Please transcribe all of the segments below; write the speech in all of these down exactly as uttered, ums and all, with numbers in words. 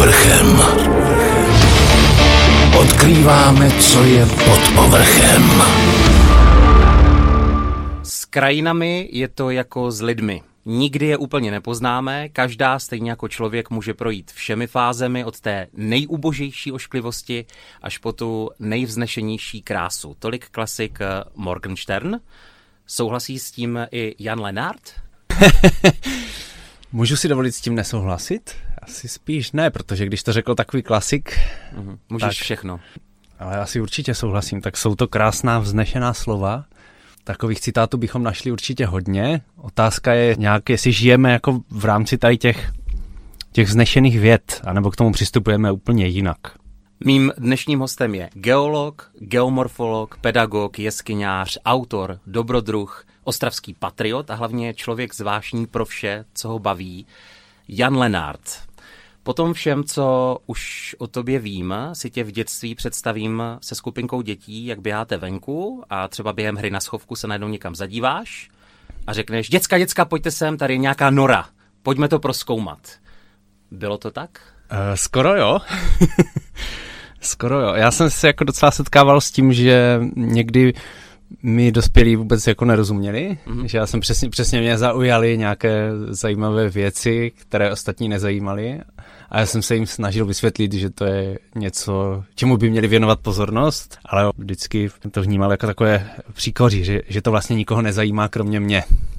povrchem. Odkrýváme, co je pod povrchem. S krajinami je to jako s lidmi. Nikdy je úplně nepoznáme, každá stejně jako člověk může projít všemi fázemi od té nejubožejší ošklivosti až po tu nejvznešenější krásu. Tolik klasik Morgenstern. Souhlasí s tím i Jan Lenart? Můžu si dovolit s tím nesouhlasit? Asi spíš ne, protože když to řekl takový klasik... Mhm, můžeš tak, všechno. Ale asi určitě souhlasím, tak jsou to krásná vznešená slova. Takových citátů bychom našli určitě hodně. Otázka je nějak, jestli žijeme jako v rámci tady těch, těch vznešených vět, anebo k tomu přistupujeme úplně jinak. Mým dnešním hostem je geolog, geomorfolog, pedagog, jeskyňář, autor, dobrodruh, ostravský patriot a hlavně člověk zvláštní pro vše, co ho baví, Jan Lenart. Po tom všem, co už o tobě vím, si tě v dětství představím se skupinkou dětí, jak běháte venku a třeba během hry na schovku se najednou někam zadíváš a řekneš, děcka, děcka, pojďte sem, tady je nějaká nora, pojďme to prozkoumat. Bylo to tak? Uh, skoro jo. Skoro jo. Já jsem se jako docela setkával s tím, že někdy mi dospělí vůbec jako nerozuměli, mm-hmm. že já jsem přesně, přesně mě zaujaly nějaké zajímavé věci, které ostatní nezajímaly a já jsem se jim snažil vysvětlit, že to je něco, čemu by měli věnovat pozornost, ale vždycky to vnímal jako takové příkoří, že, že to vlastně nikoho nezajímá, kromě mě.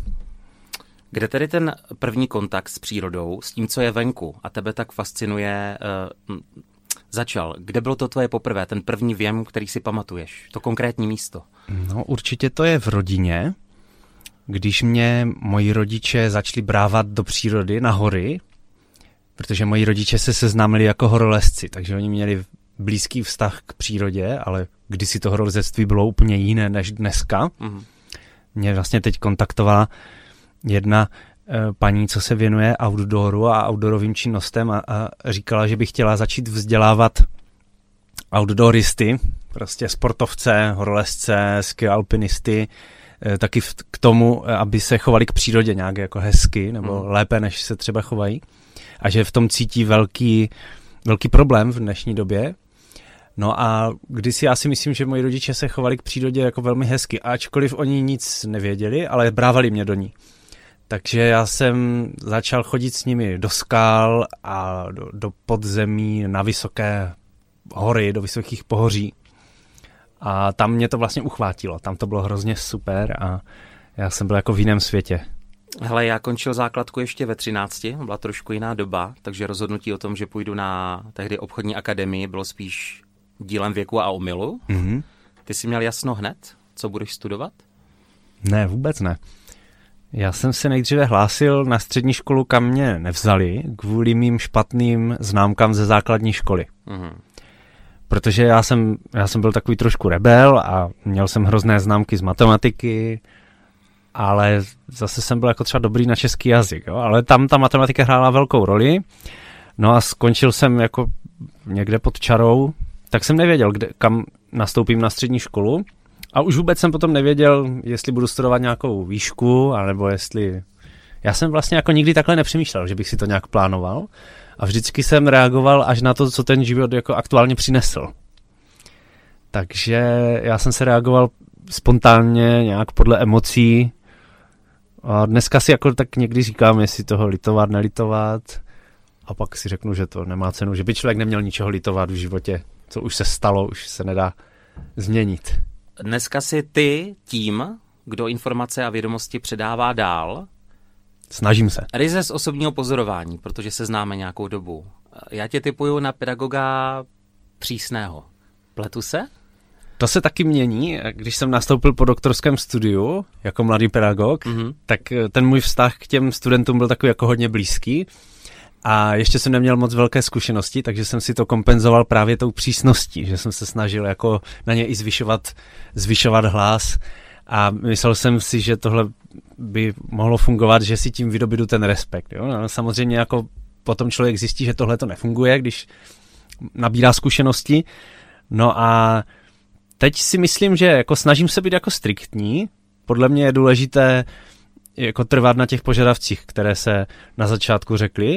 Kde tedy ten první kontakt s přírodou, s tím, co je venku a tebe tak fascinuje, uh, začal? Kde bylo to tvoje poprvé, ten první věm, který si pamatuješ? To konkrétní místo? No určitě to je v rodině, když mě moji rodiče začali brávat do přírody na hory, protože moji rodiče se seznámili jako horolezci, takže oni měli blízký vztah k přírodě, ale kdysi to horolezectví bylo úplně jiné než dneska. Mm. Mě vlastně teď kontaktovala jedna e, paní, co se věnuje outdooru a outdoorovým činnostem a, a říkala, že by chtěla začít vzdělávat outdooristy, prostě sportovce, horolezce, skialpinisty, e, taky v, k tomu, aby se chovali k přírodě nějak jako hezky, nebo mm. lépe, než se třeba chovají. A že v tom cítí velký, velký problém v dnešní době. No a kdysi já si myslím, že moji rodiče se chovali k přírodě jako velmi hezky, ačkoliv oni nic nevěděli, ale brávali mě do ní. Takže já jsem začal chodit s nimi do skál a do, do podzemí, na vysoké hory, do vysokých pohoří. A tam mě to vlastně uchvátilo. Tam to bylo hrozně super a já jsem byl jako v jiném světě. Hele, já končil základku ještě ve třinácti, byla trošku jiná doba, takže rozhodnutí o tom, že půjdu na tehdy obchodní akademii, bylo spíš dílem věku a omylu. Mm-hmm. Ty jsi měl jasno hned, co budeš studovat? Ne, vůbec ne. Já jsem se nejdříve hlásil na střední školu, kam mě nevzali, kvůli mým špatným známkám ze základní školy. Mm-hmm. Protože já jsem, já jsem byl takový trošku rebel a měl jsem hrozné známky z matematiky, ale zase jsem byl jako třeba dobrý na český jazyk, jo? Ale tam ta matematika hrála velkou roli. No a skončil jsem jako někde pod čarou, tak jsem nevěděl, kde, kam nastoupím na střední školu. A už vůbec jsem potom nevěděl, jestli budu studovat nějakou výšku, anebo jestli... Já jsem vlastně jako nikdy takhle nepřemýšlel, že bych si to nějak plánoval. A vždycky jsem reagoval až na to, co ten život jako aktuálně přinesl. Takže já jsem se reagoval spontánně, nějak podle emocí. A dneska si jako tak někdy říkám, jestli toho litovat, nelitovat. A pak si řeknu, že to nemá cenu, že by člověk neměl ničeho litovat v životě. Co už se stalo, už se nedá změnit. Dneska si ty tím, kdo informace a vědomosti předává dál. Snažím se. Ryze z osobního pozorování, protože se známe nějakou dobu. Já tě tipuju na pedagoga přísného. Pletu se? To se taky mění. Když jsem nastoupil po doktorském studiu jako mladý pedagog, mm-hmm. tak ten můj vztah k těm studentům byl takový jako hodně blízký. A ještě jsem neměl moc velké zkušenosti, takže jsem si to kompenzoval právě tou přísností, že jsem se snažil jako na ně i zvyšovat, zvyšovat hlas a myslel jsem si, že tohle by mohlo fungovat, že si tím vydobydu ten respekt. Jo? No, samozřejmě jako potom člověk zjistí, že tohle to nefunguje, když nabírá zkušenosti. No a teď si myslím, že jako snažím se být jako striktní. Podle mě je důležité jako trvat na těch požadavcích, které se na začátku řekly,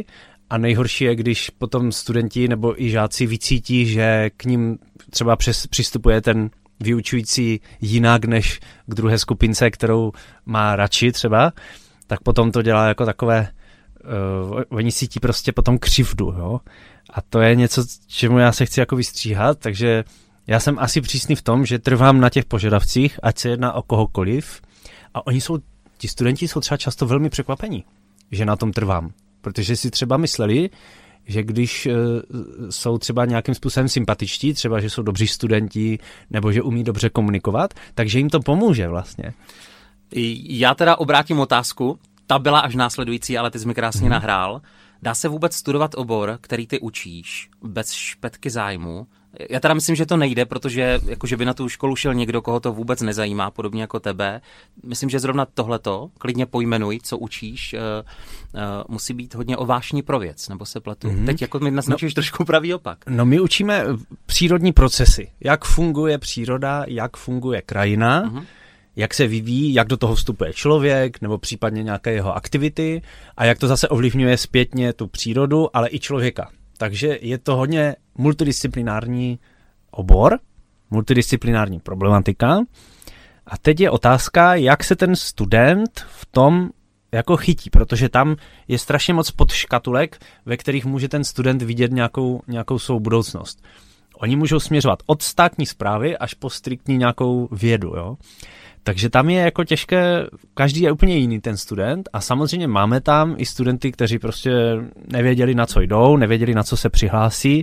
A nejhorší je, když potom studenti nebo i žáci vycítí, že k ním třeba přes, přistupuje ten vyučující jinak než k druhé skupince, kterou má radši třeba, tak potom to dělá jako takové, uh, oni cítí prostě potom křivdu, jo. A to je něco, čemu já se chci jako vystříhat, takže já jsem asi přísný v tom, že trvám na těch požadavcích, ať se jedná o kohokoliv. A oni jsou, ti studenti jsou třeba často velmi překvapení, že na tom trvám. Protože si třeba mysleli, že když uh, jsou třeba nějakým způsobem sympatičtí, třeba že jsou dobří studenti, nebo že umí dobře komunikovat, takže jim to pomůže vlastně. Já teda obrátím otázku, ta byla až následující, ale ty jsi mi krásně hmm. nahrál. Dá se vůbec studovat obor, který ty učíš, bez špetky zájmu? Já teda myslím, že to nejde, protože jakože by na tu školu šel někdo, koho to vůbec nezajímá, podobně jako tebe. Myslím, že zrovna tohleto, klidně pojmenuj, co učíš, uh, uh, musí být hodně o vášni pro věc, nebo se pletu. Mm-hmm. Teď jako mi naznačuješ no, trošku pravý opak. No my učíme přírodní procesy. Jak funguje příroda, jak funguje krajina, mm-hmm. jak se vyvíjí, jak do toho vstupuje člověk, nebo případně nějaké jeho aktivity a jak to zase ovlivňuje zpětně tu přírodu, ale i člověka. Takže je to hodně multidisciplinární obor, multidisciplinární problematika. A teď je otázka, jak se ten student v tom jako chytí, protože tam je strašně moc podškatulek, ve kterých může ten student vidět nějakou, nějakou svou budoucnost. Oni můžou směřovat od státní správy až po striktní nějakou vědu, jo. Takže tam je jako těžké, každý je úplně jiný ten student a samozřejmě máme tam i studenty, kteří prostě nevěděli, na co jdou, nevěděli, na co se přihlásí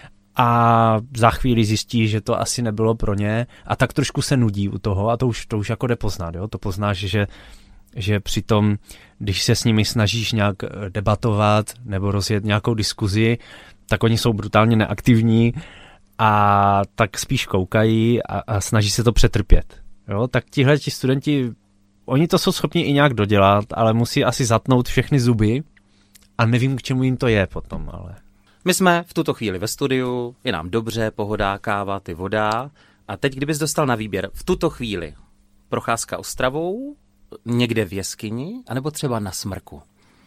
a za chvíli zjistí, že to asi nebylo pro ně a tak trošku se nudí u toho a to už, to už jako jde poznat, jo? To poznáš, že, že přitom, když se s nimi snažíš nějak debatovat nebo rozjet nějakou diskuzi, tak oni jsou brutálně neaktivní a tak spíš koukají a, a snaží se to přetrpět. Jo, tak tihle ti studenti, oni to jsou schopni i nějak dodělat, ale musí asi zatnout všechny zuby a nevím, k čemu jim to je potom, ale... My jsme v tuto chvíli ve studiu, je nám dobře, pohoda, káva, ty voda a teď, kdybys dostal na výběr v tuto chvíli procházka Ostravou, někde v jeskyni, anebo třeba na smrku?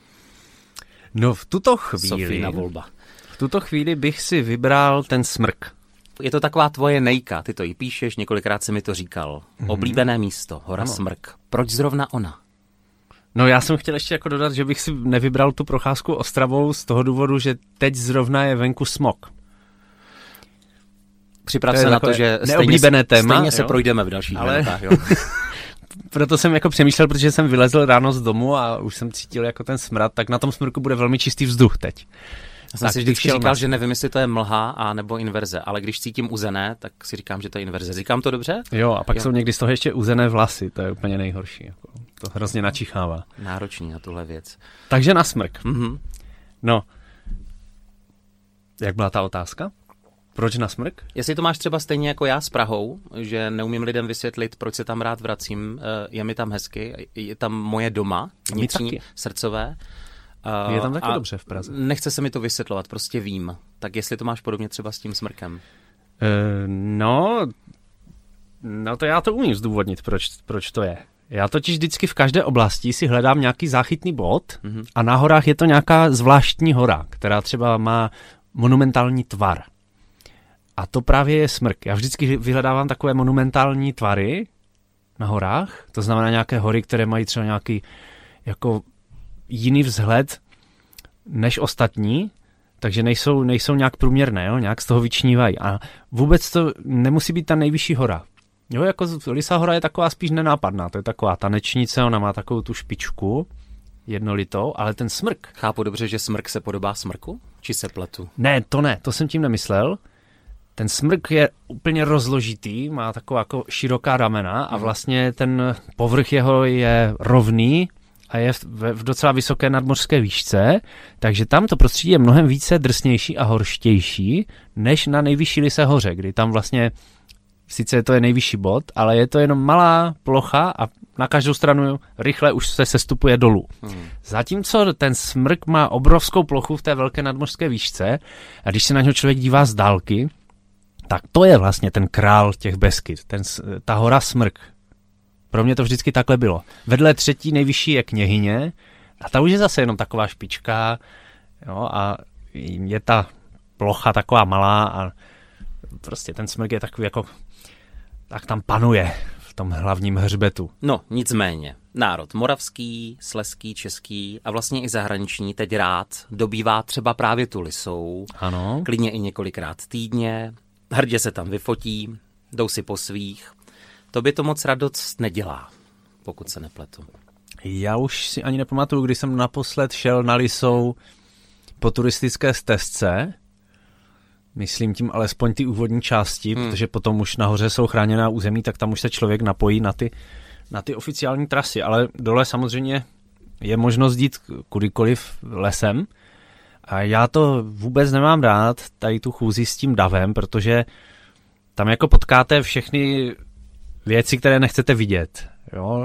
No v tuto chvíli... Sofína volba. V tuto chvíli bych si vybral ten smrk. Je to taková tvoje nejka, ty to jí píšeš, několikrát si mi to říkal. Mm-hmm. Oblíbené místo, hora ano. Smrk. Proč zrovna ona? No já jsem chtěl ještě jako dodat, že bych si nevybral tu procházku Ostravou z toho důvodu, že teď zrovna je venku smog. Připrav se na to, že neoblíbené stejně, téma, stejně se jo? projdeme v dalších ale... minutách. Jo. Proto jsem jako přemýšlel, protože jsem vylezl ráno z domu a už jsem cítil jako ten smrad, tak na tom smrku bude velmi čistý vzduch teď. Já jsem tak, si vždycky říkal, že nevím, jestli to je mlha a nebo inverze, ale když cítím uzené, tak si říkám, že to je inverze. Říkám to dobře? Jo, a pak jo. jsou někdy z toho ještě uzené vlasy, to je úplně nejhorší. Jako. To hrozně načichává. Náročný na tuhle věc. Takže na smrk. Mm-hmm. No, jak byla ta otázka? Proč na smrk? Jestli to máš třeba stejně jako já s Prahou, že neumím lidem vysvětlit, proč se tam rád vracím, je mi tam hezky, je tam moje doma, vnitřní, srdcové. Uh, je tam taky dobře v Praze. Nechce se mi to vysvětlovat, prostě vím. Tak jestli to máš podobně třeba s tím smrkem? Uh, no, no to já to umím zdůvodnit, proč, proč to je. Já totiž vždycky v každé oblasti si hledám nějaký záchytný bod mm-hmm. a na horách je to nějaká zvláštní hora, která třeba má monumentální tvar. A to právě je smrk. Já vždycky vyhledávám takové monumentální tvary na horách, to znamená nějaké hory, které mají třeba nějaký jako jiný vzhled než ostatní, takže nejsou, nejsou nějak průměrné, jo? Nějak z toho vyčnívají. A vůbec to nemusí být ta nejvyšší hora. Jo, jako Lysá hora je taková spíš nenápadná, to je taková tanečnice, ona má takovou tu špičku jednolitou, ale ten smrk. Chápu dobře, že smrk se podobá smrku? Či se pletu? Ne, to ne, to jsem tím nemyslel. Ten smrk je úplně rozložitý, má taková jako široká ramena a vlastně ten povrch jeho je rovný a je v, v docela vysoké nadmořské výšce, takže tam to prostředí je mnohem více drsnější a horštější než na nejvyšší Lysé hoře, kdy tam vlastně sice to je nejvyšší bod, ale je to jenom malá plocha a na každou stranu rychle už se sestupuje dolů. Hmm. Zatímco ten smrk má obrovskou plochu v té velké nadmořské výšce a když se na něho člověk dívá z dálky, tak to je vlastně ten král těch Beskyd, ten, ta hora Smrk. Pro mě to vždycky takhle bylo. Vedle třetí nejvyšší je Kněhyně a ta už je zase jenom taková špička, Jo, a je ta plocha taková malá a prostě ten smrk je takový jako, tak tam panuje v tom hlavním hřbetu. No, nicméně, národ moravský, slezský, český a vlastně i zahraniční teď rád dobývá třeba právě tu Lisou. Ano. Klidně i několikrát týdně, hrdě se tam vyfotí, jdou si po svých. To by to moc radost nedělá, pokud se nepletu. Já už si ani nepamatuju, kdy jsem naposled šel na Lisou po turistické stezce, myslím tím alespoň ty úvodní části, hmm. protože potom už nahoře jsou chráněná území, tak tam už se člověk napojí na ty, na ty oficiální trasy, ale dole samozřejmě je možnost jít kudykoliv lesem a já to vůbec nemám rád, tady tu chůzi s tím davem, protože tam jako potkáte všechny věci, které nechcete vidět, jo.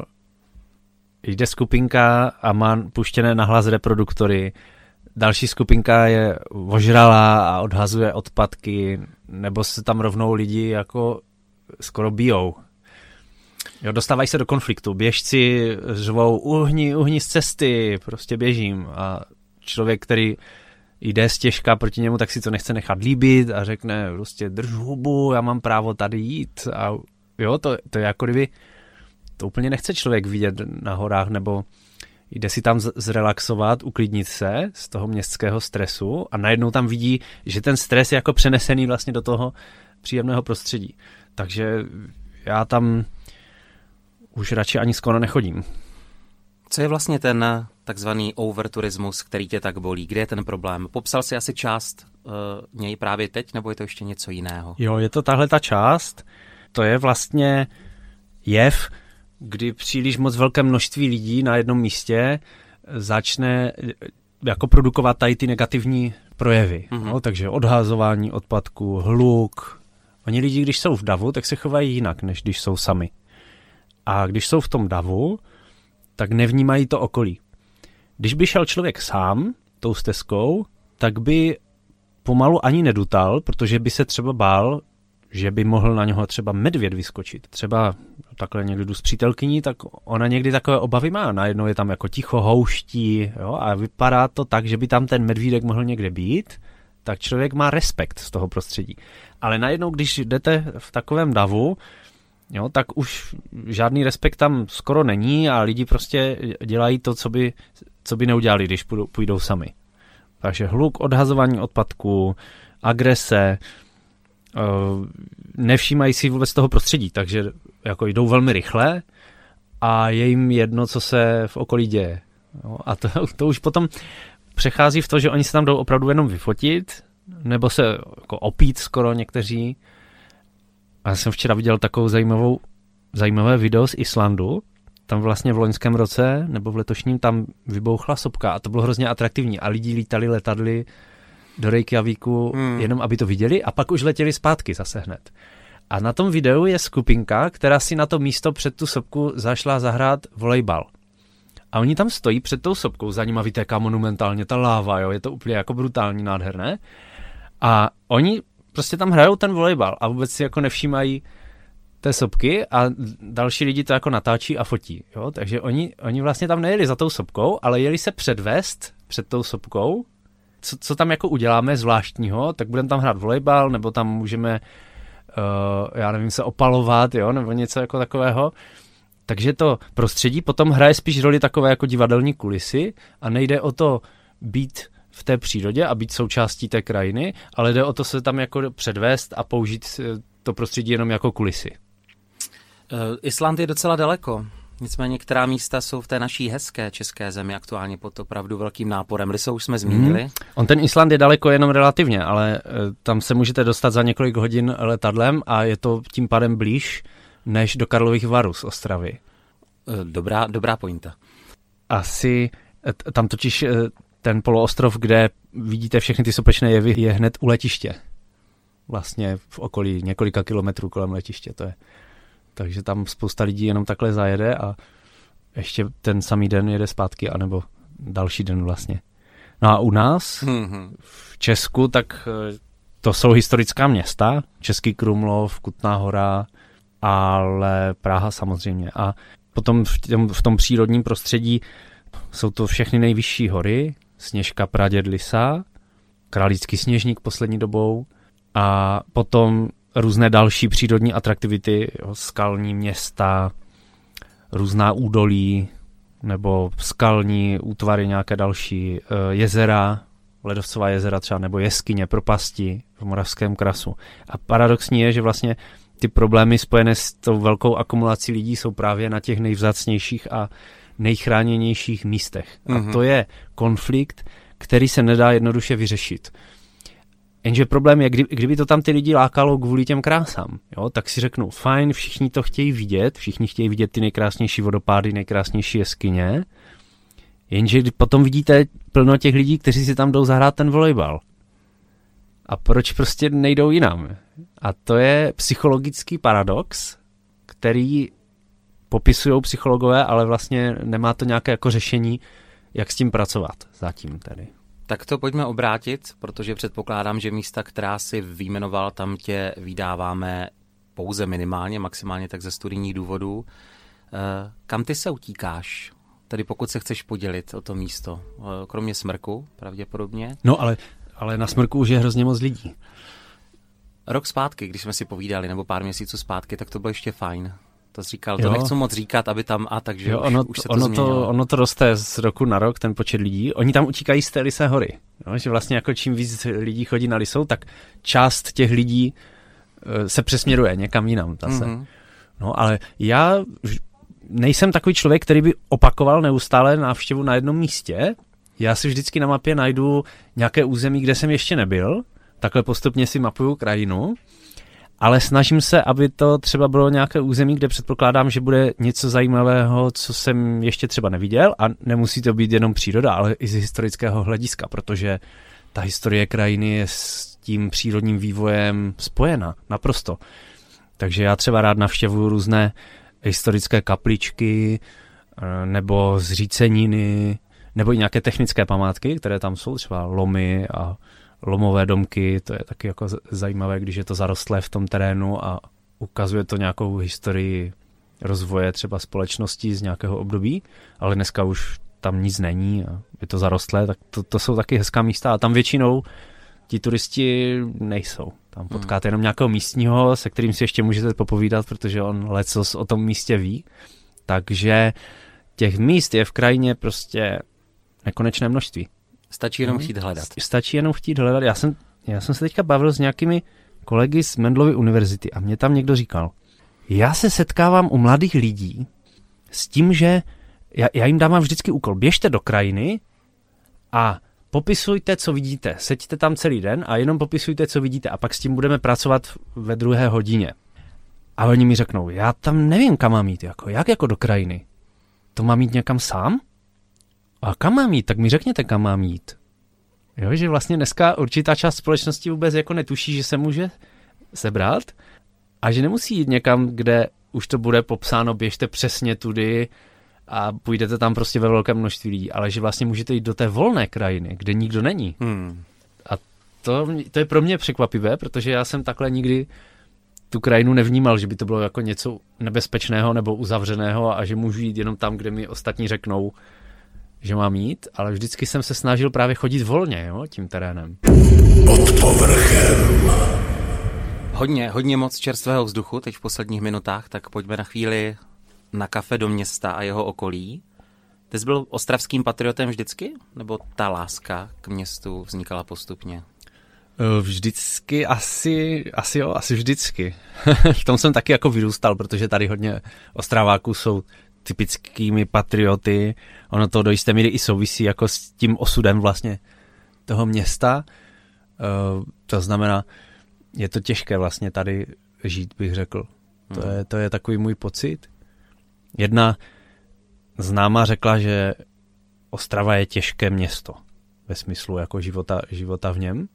Jde skupinka a má puštěné nahlas reproduktory, další skupinka je ožralá a odhazuje odpadky, nebo se tam rovnou lidi jako skoro bijou. Jo, dostávají se do konfliktu, běžci řvou uhni, uhni z cesty, prostě běžím a člověk, který jde stěžka proti němu, tak si to nechce nechat líbit a řekne prostě drž hubu, já mám právo tady jít a jo, to, to je jako kdyby to úplně nechce člověk vidět na horách, nebo jde si tam zrelaxovat, uklidnit se z toho městského stresu a najednou tam vidí, že ten stres je jako přenesený vlastně do toho příjemného prostředí. Takže já tam už radši ani skoro nechodím. Co je vlastně ten takzvaný overturismus, který tě tak bolí? Kde je ten problém? Popsal jsi asi část uh, něj právě teď, nebo je to ještě něco jiného? Jo, je to tahle ta část. To je vlastně jev, kdy příliš moc velké množství lidí na jednom místě začne jako produkovat tady ty negativní projevy. Mm-hmm. No, takže odházování odpadků, hluk. Oni lidi, když jsou v davu, tak se chovají jinak, než když jsou sami. A když jsou v tom davu, tak nevnímají to okolí. Když by šel člověk sám tou stezkou, tak by pomalu ani nedutal, protože by se třeba bál, že by mohl na něho třeba medvěd vyskočit. Třeba takhle někdy jdu s přítelkyní, tak ona někdy takové obavy má. Najednou je tam jako ticho, houští, jo, a vypadá to tak, že by tam ten medvídek mohl někde být, tak člověk má respekt z toho prostředí. Ale najednou, když jdete v takovém davu, jo, tak už žádný respekt tam skoro není a lidi prostě dělají to, co by, co by neudělali, když půjdou, půjdou sami. Takže hluk, odhazování odpadků, agrese, nevšímají si vůbec toho prostředí, takže jako jdou velmi rychle a je jim jedno, co se v okolí děje. Jo, a to, to už potom přechází v to, že oni se tam jdou opravdu jenom vyfotit, nebo se jako opít skoro někteří. A já jsem včera viděl takovou zajímavou, zajímavé video z Islandu. Tam vlastně v loňském roce, nebo v letošním, tam vybouchla sopka a to bylo hrozně atraktivní a lidi lítali letadly do Reykjavíku, hmm. jenom aby to viděli a pak už letěli zpátky zase hned. A na tom videu je skupinka, která si na to místo před tu sopku zašla zahrát volejbal. A oni tam stojí před tou sopkou, za nima vytéká monumentálně ta láva, jo, je to úplně jako brutální, nádherné. A oni prostě tam hrajou ten volejbal a vůbec si jako nevšímají té sopky a další lidi to jako natáčí a fotí, jo. Takže oni, oni vlastně tam nejeli za tou sopkou, ale jeli se předvést před tou sopkou. Co, co tam jako uděláme zvláštního, tak budeme tam hrát volejbal, nebo tam můžeme, uh, já nevím, se opalovat, jo, nebo něco jako takového. Takže to prostředí potom hraje spíš roli takové jako divadelní kulisy a nejde o to být v té přírodě a být součástí té krajiny, ale jde o to se tam jako předvést a použít to prostředí jenom jako kulisy. Uh, Island je docela daleko. Nicméně některá místa jsou v té naší hezké české zemi aktuálně pod opravdu velkým náporem. Lisou už jsme zmínili. Hmm. On ten Island je daleko jenom relativně, ale tam se můžete dostat za několik hodin letadlem a je to tím pádem blíž než do Karlových Varů z Ostravy. Dobrá, dobrá pointa. Asi tam totiž ten poloostrov, kde vidíte všechny ty sopečné jevy, je hned u letiště. Vlastně v okolí několika kilometrů kolem letiště to je. Takže tam spousta lidí jenom takhle zajede a ještě ten samý den jede zpátky, anebo další den vlastně. No a u nás mm-hmm. v Česku, tak to jsou historická města, Český Krumlov, Kutná Hora, ale Praha samozřejmě. A potom v tom, v tom přírodním prostředí jsou to všechny nejvyšší hory, Sněžka praděd Lisa, Králícký Sněžník poslední dobou a potom různé další přírodní atraktivity, jo, skalní města, různá údolí nebo skalní útvary, nějaké další jezera, ledovcová jezera třeba, nebo jeskyně, propasti v Moravském krasu. A paradoxní je, že vlastně ty problémy spojené s tou velkou akumulací lidí jsou právě na těch nejvzácnějších a nejchráněnějších místech. Mm-hmm. A to je konflikt, který se nedá jednoduše vyřešit. Jenže problém je, kdy, kdyby to tam ty lidi lákalo kvůli těm krásám, jo, tak si řeknu, fajn, všichni to chtějí vidět, všichni chtějí vidět ty nejkrásnější vodopády, nejkrásnější jeskyně, jenže potom vidíte plno těch lidí, kteří si tam jdou zahrát ten volejbal. A proč prostě nejdou jinam? A to je psychologický paradox, který popisují psychologové, ale vlastně nemá to nějaké jako řešení, jak s tím pracovat zatím tedy. Tak to pojďme obrátit, protože předpokládám, že místa, která si vyjmenoval, tam tě vydáváme pouze minimálně, maximálně tak ze studijních důvodů. E, kam ty se utíkáš? Tedy pokud se chceš podělit o to místo, e, kromě Smrku pravděpodobně? No ale, ale na Smrku už je hrozně moc lidí. Rok zpátky, když jsme si povídali, nebo pár měsíců zpátky, tak to bylo ještě fajn. To jsi říkal, to jo. Nechci moc říkat, aby tam a takže jo, ono, už, už se to ono změnilo. To, ono to roste z roku na rok, ten počet lidí. Oni tam utíkají z té Lysé hory. Jo, že vlastně jako čím víc lidí chodí na Lysou, tak část těch lidí uh, se přesměruje někam jinam zase. Mm-hmm. No ale já nejsem takový člověk, který by opakoval neustále návštěvu na jednom místě. Já si vždycky na mapě najdu nějaké území, kde jsem ještě nebyl. Takhle postupně si mapuju krajinu. Ale snažím se, aby to třeba bylo nějaké území, kde předpokládám, že bude něco zajímavého, co jsem ještě třeba neviděl a nemusí to být jenom příroda, ale i z historického hlediska, protože ta historie krajiny je s tím přírodním vývojem spojena naprosto. Takže já třeba rád navštěvuju různé historické kapličky nebo zříceniny nebo i nějaké technické památky, které tam jsou, třeba lomy a lomové domky, to je taky jako zajímavé, když je to zarostlé v tom terénu a ukazuje to nějakou historii rozvoje třeba společnosti z nějakého období, ale dneska už tam nic není a je to zarostlé, tak to, to jsou taky hezká místa a tam většinou ti turisti nejsou. Tam potkáte jenom nějakého místního, se kterým si ještě můžete popovídat, protože on lecos o tom místě ví. Takže těch míst je v krajině prostě nekonečné množství. Stačí jenom chtít hledat. Stačí jenom chtít hledat. Já jsem, já jsem se teďka bavil s nějakými kolegy z Mendelovy univerzity a mě tam někdo říkal, já se setkávám u mladých lidí s tím, že já, já jim dávám vždycky úkol, běžte do krajiny a popisujte, co vidíte. Seďte tam celý den a jenom popisujte, co vidíte a pak s tím budeme pracovat ve druhé hodině. A oni mi řeknou, já tam nevím, kam mám jít, jako, jak jako do krajiny. To mám jít někam sám? A kam mám jít? Tak mi řekněte, kam mám jít. Jo, že vlastně dneska určitá část společnosti vůbec jako netuší, že se může sebrat a že nemusí jít někam, kde už to bude popsáno, běžte přesně tudy a půjdete tam prostě ve velkém množství lidí, ale že vlastně můžete jít do té volné krajiny, kde nikdo není. Hmm. A to, to je pro mě překvapivé, protože já jsem takhle nikdy tu krajinu nevnímal, že by to bylo jako něco nebezpečného nebo uzavřeného a že můžu jít jenom tam, kde mi ostatní řeknou, že mám jít, ale vždycky jsem se snažil právě chodit volně, jo, tím terénem. Pod povrchem. Hodně, hodně moc čerstvého vzduchu teď v posledních minutách, tak pojďme na chvíli na kafe do města a jeho okolí. Ty jsi byl ostravským patriotem vždycky? Nebo ta láska k městu vznikala postupně? Vždycky asi, asi jo, asi vždycky. V tom jsem taky jako vyrůstal, protože tady hodně Ostraváků jsou typickými patrioty. Ono to do jisté míry i souvisí jako s tím osudem vlastně toho města. Uh, to znamená, je to těžké vlastně tady žít, bych řekl. Hmm. To je, to je takový můj pocit. Jedna známá řekla, že Ostrava je těžké město ve smyslu jako života, života v něm.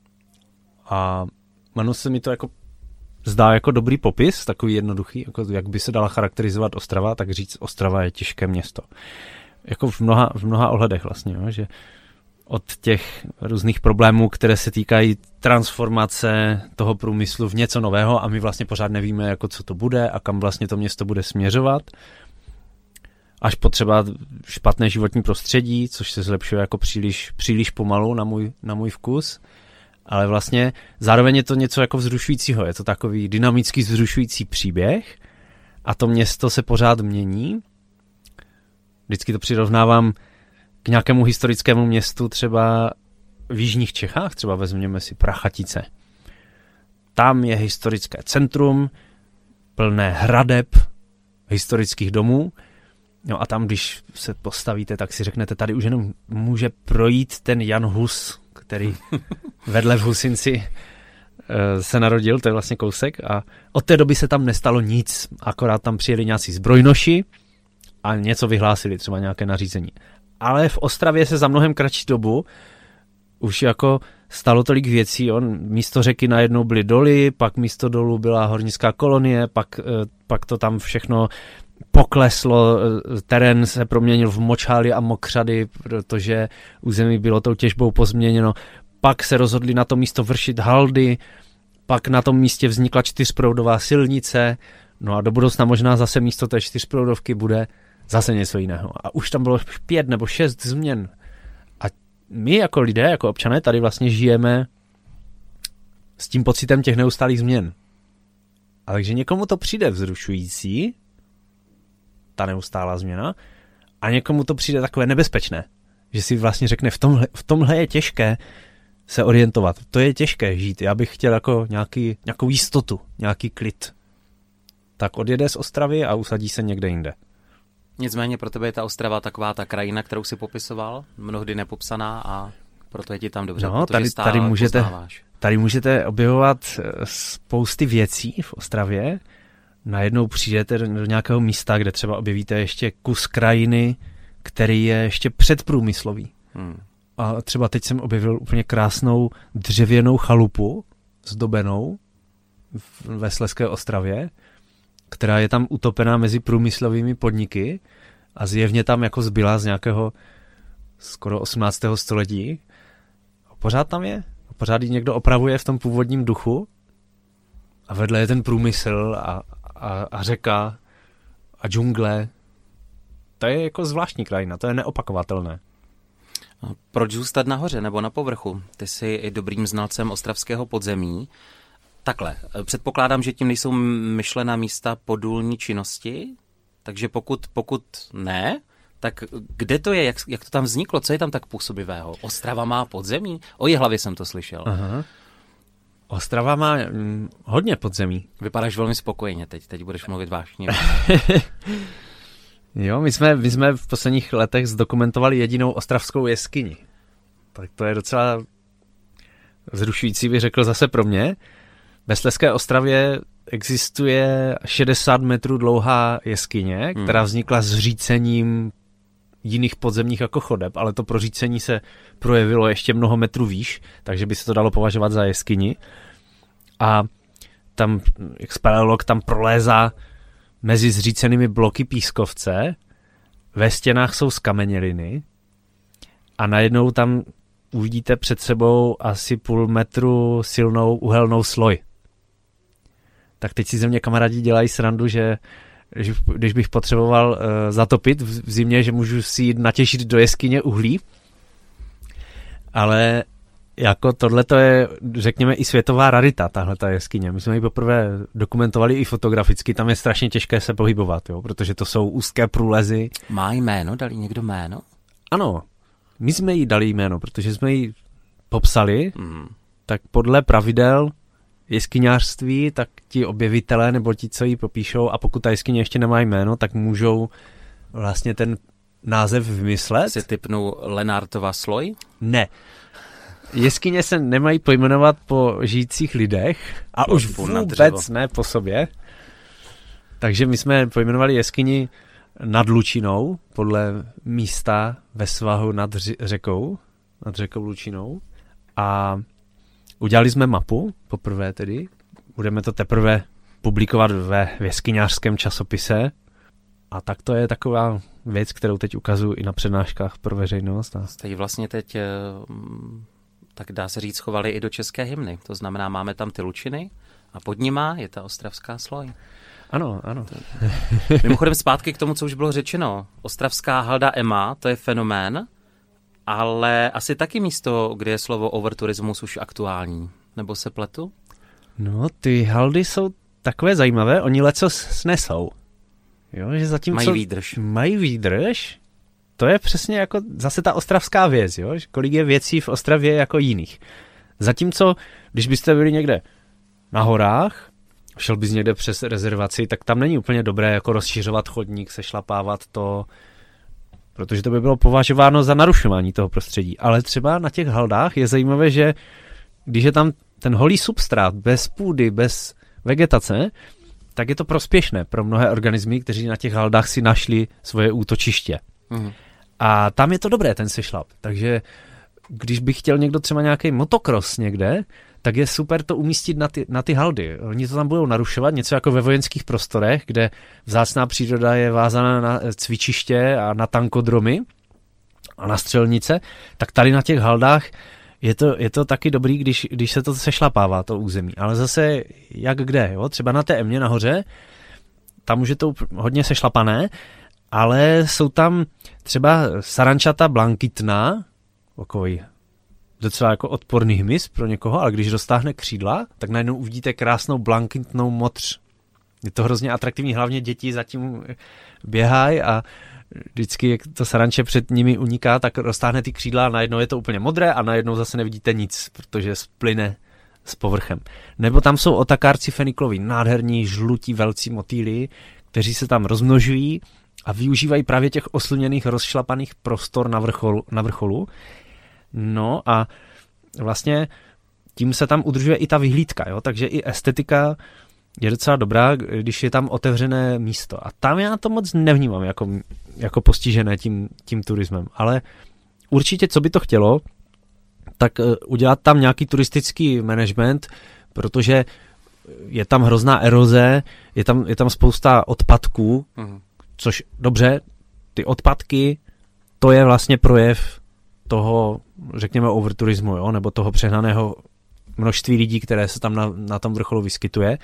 A manu se mi to jako zdá jako dobrý popis, takový jednoduchý, jako jak by se dala charakterizovat Ostrava, tak říct Ostrava je těžké město. Jako v mnoha, v mnoha ohledech vlastně, jo, že od těch různých problémů, které se týkají transformace toho průmyslu v něco nového a my vlastně pořád nevíme, jako co to bude a kam vlastně to město bude směřovat, až po třeba špatné životní prostředí, což se zlepšuje jako příliš, příliš pomalu na můj, na můj vkus. Ale vlastně zároveň je to něco jako vzrušujícího. Je to takový dynamický vzrušující příběh a to město se pořád mění. Vždycky to přirovnávám k nějakému historickému městu třeba v jižních Čechách, třeba vezměme si Prachatice. Tam je historické centrum, plné hradeb, historických domů. No a tam, když se postavíte, tak si řeknete, tady už jenom může projít ten Jan Hus, který vedle v Husinci se narodil, to je vlastně kousek. A od té doby se tam nestalo nic, akorát tam přijeli nějací zbrojnoši a něco vyhlásili, třeba nějaké nařízení. Ale v Ostravě se za mnohem kratší dobu už jako stalo tolik věcí. On, místo řeky najednou byly doly, pak místo dolů byla hornická kolonie, pak, pak to tam všechno pokleslo, terén se proměnil v močály a mokřady, protože území bylo tou těžbou pozměněno. Pak se rozhodli na to místo vršit haldy, pak na tom místě vznikla čtyřproudová silnice, no a do budoucna možná zase místo té čtyřproudovky bude zase něco jiného. A už tam bylo pět nebo šest změn. A my jako lidé, jako občané tady vlastně žijeme s tím pocitem těch neustálých změn. A takže někomu to přijde vzrušující, ta neustálá změna, a někomu to přijde takové nebezpečné, že si vlastně řekne, v tomhle, v tomhle je těžké se orientovat, to je těžké žít, já bych chtěl jako nějaký, nějakou jistotu, nějaký klid. Tak odjede z Ostravy a usadí se někde jinde. Nicméně pro tebe je ta Ostrava taková ta krajina, kterou si popisoval, mnohdy nepopsaná a proto je ti tam dobře, no, protože tady, stále tady můžete, poznáváš. Tady můžete objevovat spousty věcí v Ostravě. Najednou přijdete do nějakého místa, kde třeba objevíte ještě kus krajiny, který je ještě předprůmyslový. Hmm. A třeba teď jsem objevil úplně krásnou dřevěnou chalupu zdobenou ve Slezské Ostravě, která je tam utopená mezi průmyslovými podniky a zjevně tam jako zbyla z nějakého skoro osmnáctého století. A pořád tam je. A pořád ji někdo opravuje v tom původním duchu a vedle je ten průmysl a, a, a řeka a džungle. To je jako zvláštní krajina, to je neopakovatelné. Proč zůstat nahoře nebo na povrchu? Ty jsi i dobrým znalcem ostravského podzemí. Takhle, předpokládám, že tím nejsou myšlená místa podůlní činnosti, takže pokud, pokud ne, tak kde to je, jak, jak to tam vzniklo, co je tam tak působivého? Ostrava má podzemí? O Jihlavě jsem to slyšel. Aha. Ostrava má hm, hodně podzemí. Vypadáš velmi spokojeně teď, teď budeš mluvit vážně. Jo, my jsme, my jsme v posledních letech zdokumentovali jedinou ostravskou jeskyni. Tak to je docela vzrušující, bych řekl zase pro mě. Ve Slezské Ostravě existuje šedesát metrů dlouhá jeskyně, hmm. která vznikla zřícením jiných podzemních jako chodeb, ale to prořícení se projevilo ještě mnoho metrů výš, takže by se to dalo považovat za jeskyni. A tam, jak speleolog, tam prolézá mezi zřícenými bloky pískovce, ve stěnách jsou skameněliny a najednou tam uvidíte před sebou asi půl metru silnou uhelnou sloj. Tak teď si ze mě kamarádi dělají srandu, že když bych potřeboval uh, zatopit v zimě, že můžu si jít natěšit do jeskyně uhlí, ale jako tohle to je, řekněme, i světová rarita, tahle ta jeskyně. My jsme ji poprvé dokumentovali i fotograficky, tam je strašně těžké se pohybovat, jo, protože to jsou úzké průlezy. Má jméno? Dali někdo jméno? Ano, my jsme jí dali jméno, protože jsme ji popsali, mm. tak podle pravidel jeskyňářství, tak ti objevitelé nebo ti, co ji popíšou, a pokud ta jeskyně ještě nemá jméno, tak můžou vlastně ten název vymyslet. Si typnu Lenártova sloj? Ne. Jeskyně se nemají pojmenovat po žijících lidech a po, už vůbec ne po sobě. Takže my jsme pojmenovali jeskyni nad Lučinou, podle místa ve svahu nad řekou, nad řekou Lučinou. A udělali jsme mapu, poprvé tedy. Budeme to teprve publikovat ve jeskyňářském časopise. A tak to je taková věc, kterou teď ukazuju i na přednáškách pro veřejnost. A... Jste ji vlastně teď, tak dá se říct, chovali i do české hymny. To znamená, máme tam ty Lučiny a pod nima je ta ostravská sloj. Ano, ano. Mimochodem zpátky k tomu, co už bylo řečeno. Ostravská halda Ema, to je fenomén, ale asi taky místo, kde je slovo overturismus už aktuální. Nebo se pletu? No, ty haldy jsou takové zajímavé, oni lecos snesou. Jo, že zatím mají co... výdrž. Mají výdrž. To je přesně jako zase ta ostravská věc, jo? Kolik je věcí v Ostravě jako jiných. Zatímco, když byste byli někde na horách, šel bys někde přes rezervaci, tak tam není úplně dobré jako rozšiřovat chodník, sešlapávat to, protože to by bylo považováno za narušování toho prostředí. Ale třeba na těch haldách je zajímavé, že když je tam ten holý substrát, bez půdy, bez vegetace, tak je to prospěšné pro mnohé organismy, kteří na těch haldách si našli svoje útočiště. Mhm. A tam je to dobré, ten sešlap. Takže když by chtěl někdo třeba nějaký motokros někde, tak je super to umístit na ty, na ty haldy. Oni to tam budou narušovat, něco jako ve vojenských prostorech, kde vzácná příroda je vázána na cvičiště a na tankodromy a na střelnice, tak tady na těch haldách je to, je to taky dobrý, když, když se to sešlapává, to území. Ale zase jak kde, jo? Třeba na té Emě nahoře, tam už je to hodně sešlapané, ale jsou tam třeba sarančata blankitná, takový docela jako odporný hmyz pro někoho, ale když roztáhne křídla, tak najednou uvidíte krásnou blankitnou motř. Je to hrozně atraktivní, hlavně děti zatím běhají a vždycky, jak to saranče před nimi uniká, tak roztáhne ty křídla a najednou je to úplně modré a najednou zase nevidíte nic, protože splyne s povrchem. Nebo tam jsou otakárci fenikloví, nádherní, žlutí, velcí motýli, kteří se tam rozmnožují a využívají právě těch oslněných, rozšlapaných prostor na vrcholu, na vrcholu. No a vlastně tím se tam udržuje i ta vyhlídka, jo? Takže i estetika je docela dobrá, když je tam otevřené místo. A tam já to moc nevnímám jako, jako postižené tím, tím turismem. Ale určitě, co by to chtělo, tak udělat tam nějaký turistický management, protože je tam hrozná eroze, je tam, je tam spousta odpadků, mhm. což dobře, ty odpadky, to je vlastně projev toho, řekněme, overturismu, jo? Nebo toho přehnaného množství lidí, které se tam na, na tom vrcholu vyskytuje.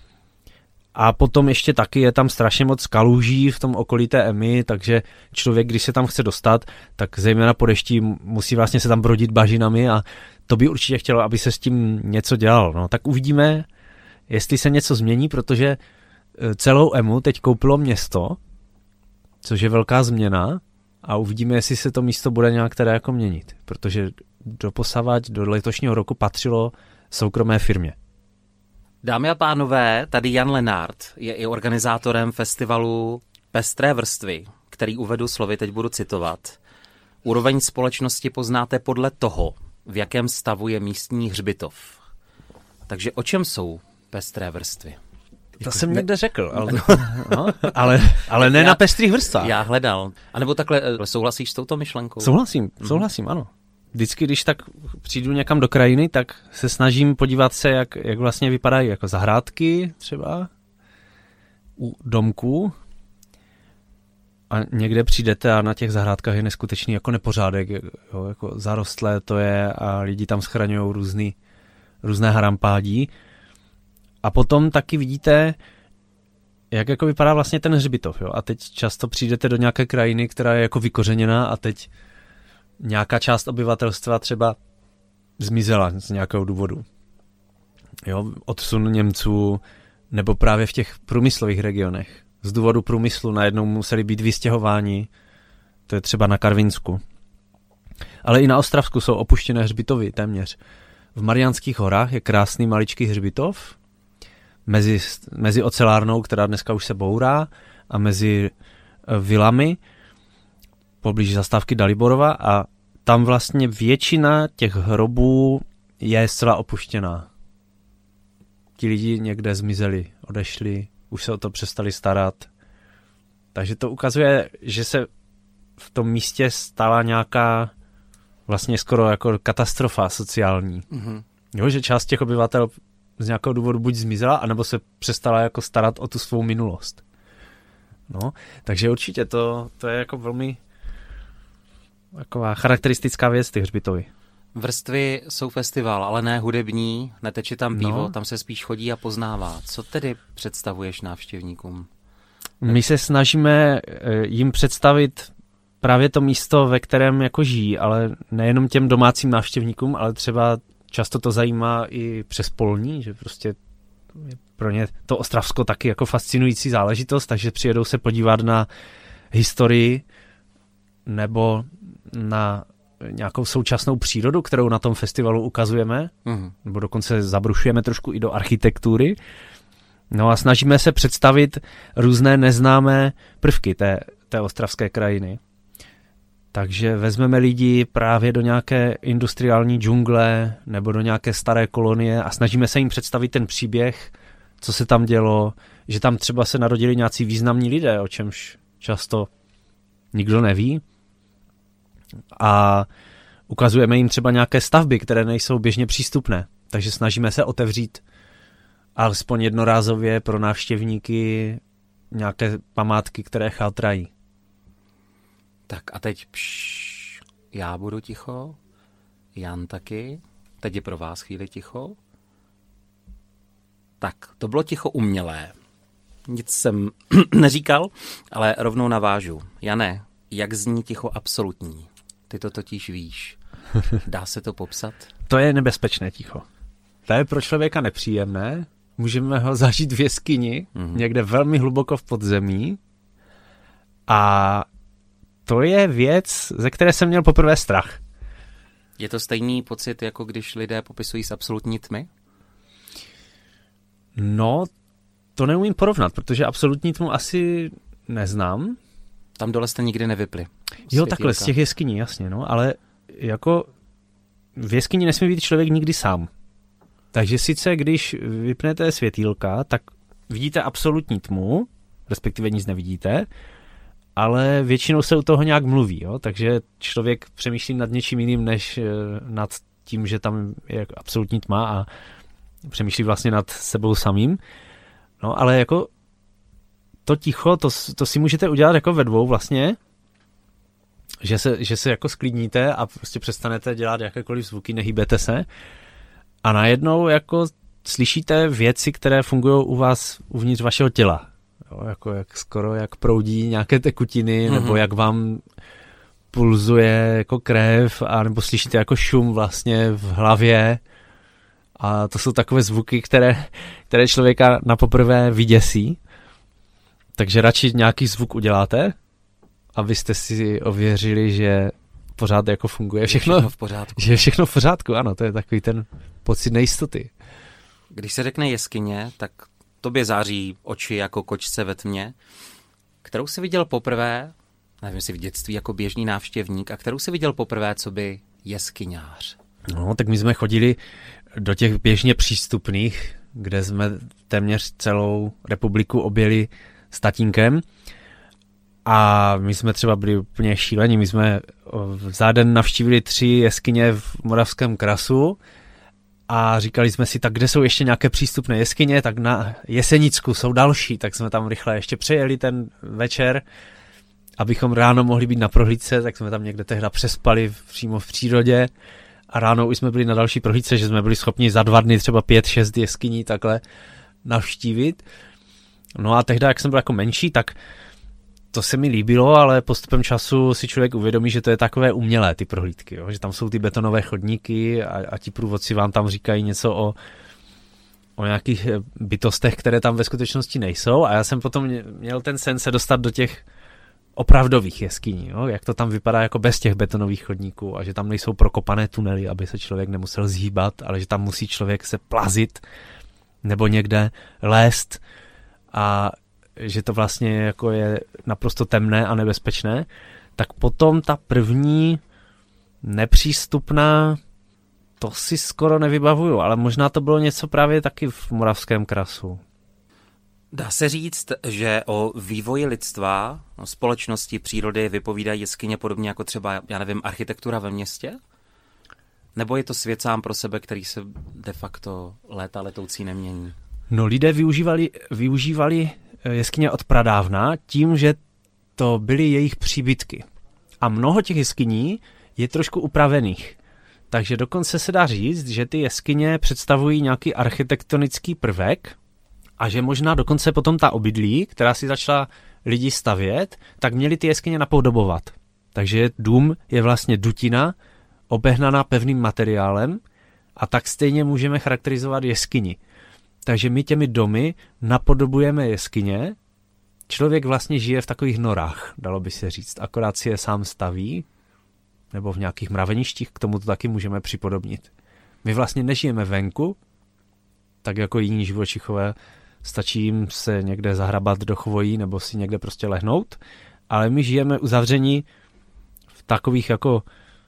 A potom ještě taky je tam strašně moc kaluží v tom okolí té Emy, takže člověk, když se tam chce dostat, tak zejména po dešti musí vlastně se tam brodit bažinami a to by určitě chtělo, aby se s tím něco dělalo. No, tak uvidíme, jestli se něco změní, protože celou Emu teď koupilo město, což je velká změna a uvidíme, jestli se to místo bude nějak teda jako měnit, protože doposavad do letošního roku patřilo soukromé firmě. Dámy a pánové, tady Jan Lenart je i organizátorem festivalu Pestré vrstvy, který uvedu slovy, teď budu citovat. Úroveň společnosti poznáte podle toho, v jakém stavu je místní hřbitov. Takže o čem jsou pestré vrstvy? To jako jsem někde řekl, ale, no, ale, ale ne já, na pestrých vrstvách. Já hledal. A nebo takhle, souhlasíš s touto myšlenkou? Souhlasím, souhlasím, mm. ano. Vždycky, když tak přijdu někam do krajiny, tak se snažím podívat se, jak, jak vlastně vypadají jako zahrádky třeba u domků. A někde přijdete a na těch zahrádkách je neskutečný jako nepořádek, jo, jako zarostlé to je a lidi tam schraňují různý, různé harampádí. A potom taky vidíte, jak jako vypadá vlastně ten hřbitov. Jo? A teď často přijdete do nějaké krajiny, která je jako vykořeněná a teď nějaká část obyvatelstva třeba zmizela z nějakého důvodu. Jo? Odsun Němců nebo právě v těch průmyslových regionech. Z důvodu průmyslu najednou museli být vystěhováni. To je třeba na Karvinsku. Ale i na Ostravsku jsou opuštěné hřbitovy téměř. V Mariánských horách je krásný maličký hřbitov mezi, mezi ocelárnou, která dneska už se bourá, a mezi vilami poblíž zastávky Daliborova a tam vlastně většina těch hrobů je zcela opuštěná. Ti lidi někde zmizeli, odešli, už se o to přestali starat. Takže to ukazuje, že se v tom místě stala nějaká vlastně skoro jako katastrofa sociální. Mm-hmm. Jo, že část těch obyvatel z nějakého důvodu buď zmizela, anebo se přestala jako starat o tu svou minulost. No, takže určitě to, to je jako velmi taková charakteristická věc, ty hřbitovy. Vrstvy jsou festival, ale ne hudební, neteče tam pivo, No. tam se spíš chodí a poznává. Co tedy představuješ návštěvníkům? My se snažíme jim představit právě to místo, ve kterém jako žijí, ale nejenom těm domácím návštěvníkům, ale třeba často to zajímá i přes polní, že prostě je pro ně to Ostravsko taky jako fascinující záležitost, takže přijedou se podívat na historii nebo na nějakou současnou přírodu, kterou na tom festivalu ukazujeme, mm. nebo dokonce zabrušujeme trošku i do architektury. No a snažíme se představit různé neznámé prvky té, té ostravské krajiny. Takže vezmeme lidi právě do nějaké industriální džungle nebo do nějaké staré kolonie a snažíme se jim představit ten příběh, co se tam dělo, že tam třeba se narodili nějací významní lidé, o čemž často nikdo neví. A ukazujeme jim třeba nějaké stavby, které nejsou běžně přístupné. Takže snažíme se otevřít alespoň jednorázově pro návštěvníky nějaké památky, které chátrají. Tak a teď pš, já budu ticho, Jan taky, teď je pro vás chvíli ticho. Tak, to bylo ticho umělé. Nic jsem neříkal, ale rovnou navážu. Jane, jak zní ticho absolutní? Ty to totiž víš. Dá se to popsat? To je nebezpečné ticho. To je pro člověka nepříjemné. Můžeme ho zažít v jeskyni, mm-hmm. někde velmi hluboko v podzemí. A to je věc, ze které jsem měl poprvé strach. Je to stejný pocit, jako když lidé popisují z absolutní tmy? No, to neumím porovnat, protože absolutní tmu asi neznám. Tam dole jste nikdy nevypli. Jo, takhle, z těch jeskyní, jasně, no, ale jako v jeskyni nesmí být člověk nikdy sám. Takže sice, když vypnete světýlka, tak vidíte absolutní tmu, respektive nic nevidíte, ale většinou se u toho nějak mluví, jo? Takže člověk přemýšlí nad něčím jiným, než nad tím, že tam je absolutní tma a přemýšlí vlastně nad sebou samým. No, ale jako to ticho, to, to si můžete udělat jako ve dvou vlastně, že se, že se jako sklidníte a prostě přestanete dělat jakékoliv zvuky, nehýbete se a najednou jako slyšíte věci, které fungují u vás uvnitř vašeho těla. Jo, jako jak skoro jak proudí nějaké tekutiny, mm-hmm. nebo jak vám pulzuje jako krev, a nebo slyšíte jako šum vlastně v hlavě. A to jsou takové zvuky, které, které člověka na poprvé vyděsí. Takže radši nějaký zvuk uděláte, abyste si ověřili, že pořád jako funguje všechno, všechno v pořádku. Že je všechno v pořádku, ano, to je takový ten pocit nejistoty. Když se řekne jeskyně, tak tobě září oči jako kočce ve tmě, kterou jsi viděl poprvé, nevím, jestli v dětství jako běžný návštěvník, a kterou jsi viděl poprvé, co by jeskyňář. No, tak my jsme chodili do těch běžně přístupných, kde jsme téměř celou republiku objeli s tatínkem. A my jsme třeba byli úplně šílení. My jsme za den navštívili tři jeskyně v Moravském krasu a říkali jsme si, tak kde jsou ještě nějaké přístupné jeskyně, tak na Jesenicku jsou další, tak jsme tam rychle ještě přejeli ten večer, abychom ráno mohli být na prohlídce, tak jsme tam někde tehda přespali přímo v přírodě a ráno už jsme byli na další prohlídce, že jsme byli schopni za dva dny třeba pět, šest jeskyní takhle navštívit. No a tehda, jak jsem byl jako menší, tak to se mi líbilo, ale postupem času si člověk uvědomí, že to je takové umělé, ty prohlídky, jo? Že tam jsou ty betonové chodníky a, a ti průvodci vám tam říkají něco o, o nějakých bytostech, které tam ve skutečnosti nejsou, a já jsem potom měl ten sen se dostat do těch opravdových jeskyní, jo? Jak to tam vypadá jako bez těch betonových chodníků a že tam nejsou prokopané tunely, aby se člověk nemusel zhýbat, ale že tam musí člověk se plazit nebo někde lézt a že to vlastně jako je naprosto temné a nebezpečné, tak potom ta první nepřístupná, to si skoro nevybavuju, ale možná to bylo něco právě taky v Moravském krasu. Dá se říct, že o vývoji lidstva, o společnosti, přírody vypovídají jeskyně podobně jako třeba, já nevím, architektura ve městě? Nebo je to svět sám pro sebe, který se de facto léta letoucí nemění? No, lidé využívali, využívali jeskyně od pradávna tím, že to byly jejich příbytky. A mnoho těch jeskyní je trošku upravených. Takže dokonce se dá říct, že ty jeskyně představují nějaký architektonický prvek a že možná dokonce potom ta obydlí, která si začala lidi stavět, tak měli ty jeskyně napodobovat. Takže dům je vlastně dutina obehnaná pevným materiálem a tak stejně můžeme charakterizovat jeskyni. Takže my těmi domy napodobujeme jeskyně. Člověk vlastně žije v takových norách, dalo by se říct. Akorát si je sám staví, nebo v nějakých mraveništích, k tomu to taky můžeme připodobnit. My vlastně nežijeme venku, tak jako jiní živočichové, stačí jim se někde zahrabat do chvojí nebo si někde prostě lehnout, ale my žijeme uzavření v takových jako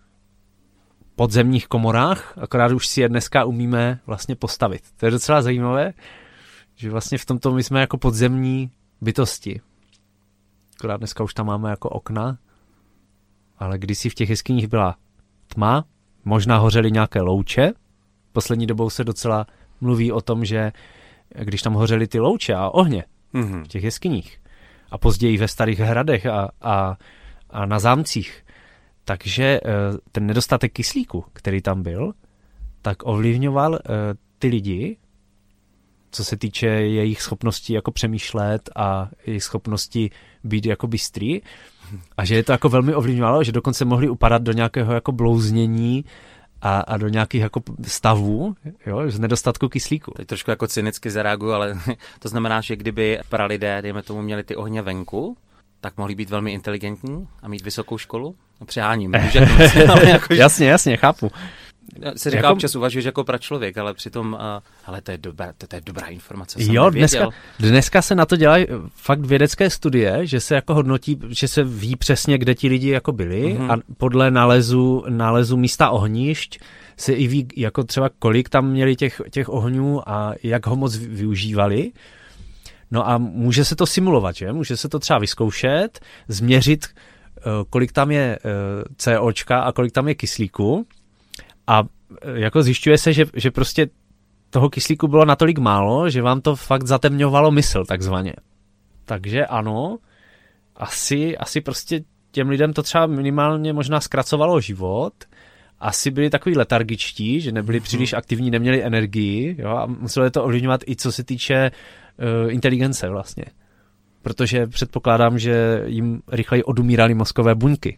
podzemních komorách, akorát už si je dneska umíme vlastně postavit. To je docela zajímavé, že vlastně v tomto my jsme jako podzemní bytosti. Akorát dneska už tam máme jako okna, ale kdysi v těch jeskyních byla tma, možná hořely nějaké louče. Poslední dobou se docela mluví o tom, že když tam hořely ty louče a ohně mm-hmm. v těch jeskyních a později ve starých hradech a, a, a na zámcích, takže ten nedostatek kyslíku, který tam byl, tak ovlivňoval ty lidi, co se týče jejich schopnosti jako přemýšlet a jejich schopnosti být jako bystrý. A že je to jako velmi ovlivňovalo, že dokonce mohli upadat do nějakého jako blouznění a, a do nějakých jako stavů, jo, z nedostatku kyslíku. Teď trošku jako cynicky zareaguju, ale to znamená, že kdyby pralidé, dejme tomu, měli ty ohně venku, tak mohli být velmi inteligentní a mít vysokou školu? No, přeháním. Jako, jasně, jasně, chápu. Se říká, jako... občas uvažuješ jako pračlověk, ale přitom, uh, ale to je dobrá, to, to je dobrá informace, jsem jo, dneska, dneska se na to dělají fakt vědecké studie, že se jako hodnotí, že se ví přesně, kde ti lidi jako byli mm-hmm. a podle nálezu, nálezu místa ohnišť se i ví, jako třeba kolik tam měli těch, těch ohňů a jak ho moc využívali. No a může se to simulovat, že? Může se to třeba vyzkoušet, změřit, kolik tam je COčka a kolik tam je kyslíku. A jako zjišťuje se, že, že prostě toho kyslíku bylo natolik málo, že vám to fakt zatemňovalo mysl, takzvaně. Takže ano, asi, asi prostě těm lidem to třeba minimálně možná zkracovalo život. Asi byli takový letargičtí, že nebyli příliš aktivní, neměli energii, jo, a muselo to ovlivňovat i co se týče uh, inteligence vlastně. Protože předpokládám, že jim rychleji odumíraly mozkové buňky.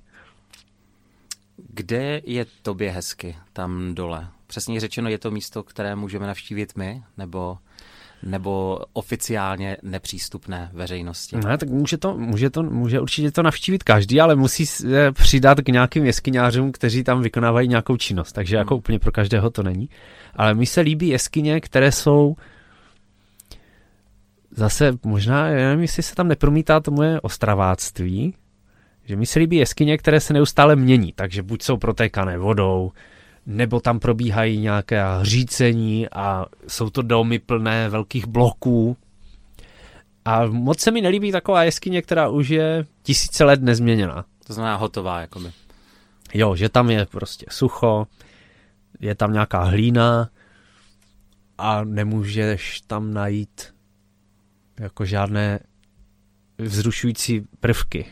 Kde je tobě hezky tam dole? Přesně řečeno, je to místo, které můžeme navštívit my, nebo, nebo oficiálně nepřístupné veřejnosti? Ne, tak může, to, může, to, může určitě to navštívit každý, ale musí se přidat k nějakým jeskyňářům, kteří tam vykonávají nějakou činnost, takže hmm. jako úplně pro každého to není. Ale mi se líbí jeskyně, které jsou zase možná, já nevím, jestli se tam nepromítá to moje ostraváctví, že mi se líbí jeskyně, které se neustále mění, takže buď jsou protékané vodou, nebo tam probíhají nějaké hřícení a jsou to domy plné velkých bloků. A moc se mi nelíbí taková jeskyně, která už je tisíce let nezměněná. To znamená hotová, jakoby. Jo, že tam je prostě sucho, je tam nějaká hlína a nemůžeš tam najít jako žádné vzrušující prvky.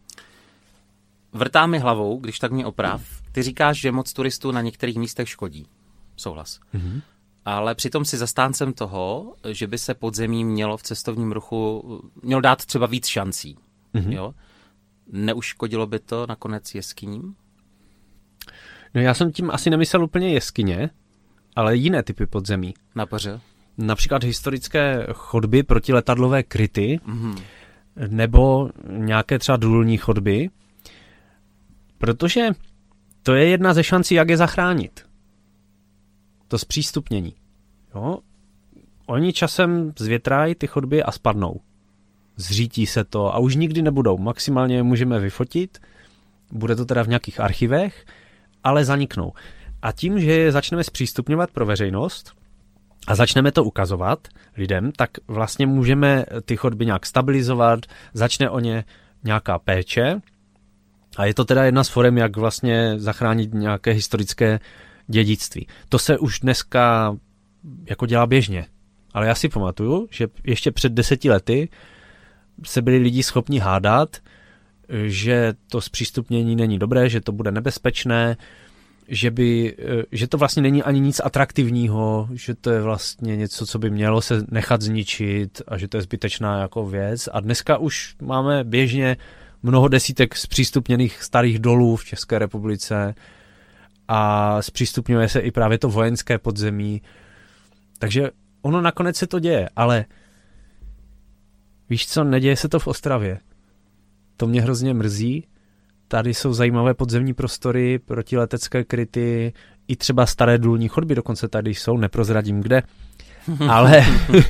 Vrtá mi hlavou, když tak mě oprav. Ty říkáš, že moc turistů na některých místech škodí. Souhlas. Mm-hmm. Ale přitom si zastáncem toho, že by se podzemí mělo v cestovním ruchu, mělo dát třeba víc šancí. Mm-hmm. Jo? Neuškodilo by to nakonec jeskyním? No já jsem tím asi nemyslel úplně jeskyně, ale jiné typy podzemí. Napaře? Například historické chodby protiletadlové kryty, mm-hmm. nebo nějaké třeba důlní chodby, protože to je jedna ze šancí, jak je zachránit. To zpřístupnění. Jo? Oni časem zvětrají ty chodby a spadnou. Zřítí se to a už nikdy nebudou. Maximálně je můžeme vyfotit, bude to teda v nějakých archivech, ale zaniknou. A tím, že je začneme zpřístupňovat pro veřejnost a začneme to ukazovat lidem, tak vlastně můžeme ty chodby nějak stabilizovat, začne o ně nějaká péče. A je to teda jedna z forem, jak vlastně zachránit nějaké historické dědictví. To se už dneska jako dělá běžně. Ale já si pamatuju, že ještě před deseti lety se byli lidi schopni hádat, že to zpřístupnění není dobré, že to bude nebezpečné, že by, že to vlastně není ani nic atraktivního, že to je vlastně něco, co by mělo se nechat zničit a že to je zbytečná jako věc. A dneska už máme běžně mnoho desítek zpřístupněných starých dolů v České republice a zpřístupňuje se i právě to vojenské podzemí. Takže ono nakonec se to děje, ale víš co, neděje se to v Ostravě. To mě hrozně mrzí. Tady jsou zajímavé podzemní prostory, protiletecké kryty, i třeba staré důlní chodby dokonce tady jsou, neprozradím kde. Ale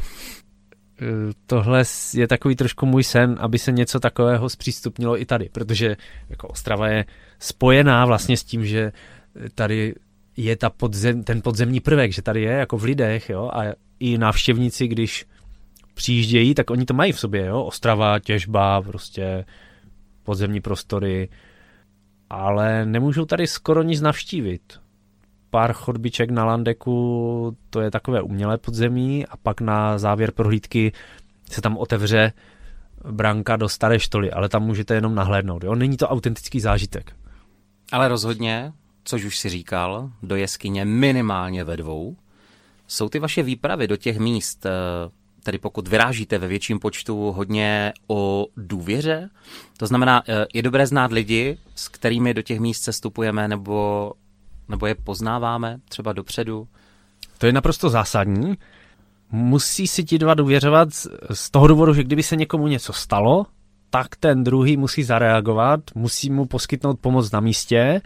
tohle je takový trošku můj sen, aby se něco takového zpřístupnilo i tady, protože jako Ostrava je spojená vlastně s tím, že tady je ta podzem, ten podzemní prvek, že tady je jako v lidech, jo, a i návštěvníci, když přijíždějí, tak oni to mají v sobě, jo, Ostrava, těžba, prostě podzemní prostory, ale nemůžou tady skoro nic navštívit. Pár chodbiček na Landeku, to je takové umělé podzemí a pak na závěr prohlídky se tam otevře branka do staré štoly, ale tam můžete jenom nahlédnout, jo, není to autentický zážitek. Ale rozhodně, což už si říkal, do jeskyně minimálně ve dvou, jsou ty vaše výpravy do těch míst, tedy pokud vyrážíte ve větším počtu, hodně o důvěře? To znamená, je dobré znát lidi, s kterými do těch míst sestupujeme, nebo, nebo je poznáváme třeba dopředu? To je naprosto zásadní. Musí si ti dva důvěřovat z toho důvodu, že kdyby se někomu něco stalo, tak ten druhý musí zareagovat, musí mu poskytnout pomoc na místě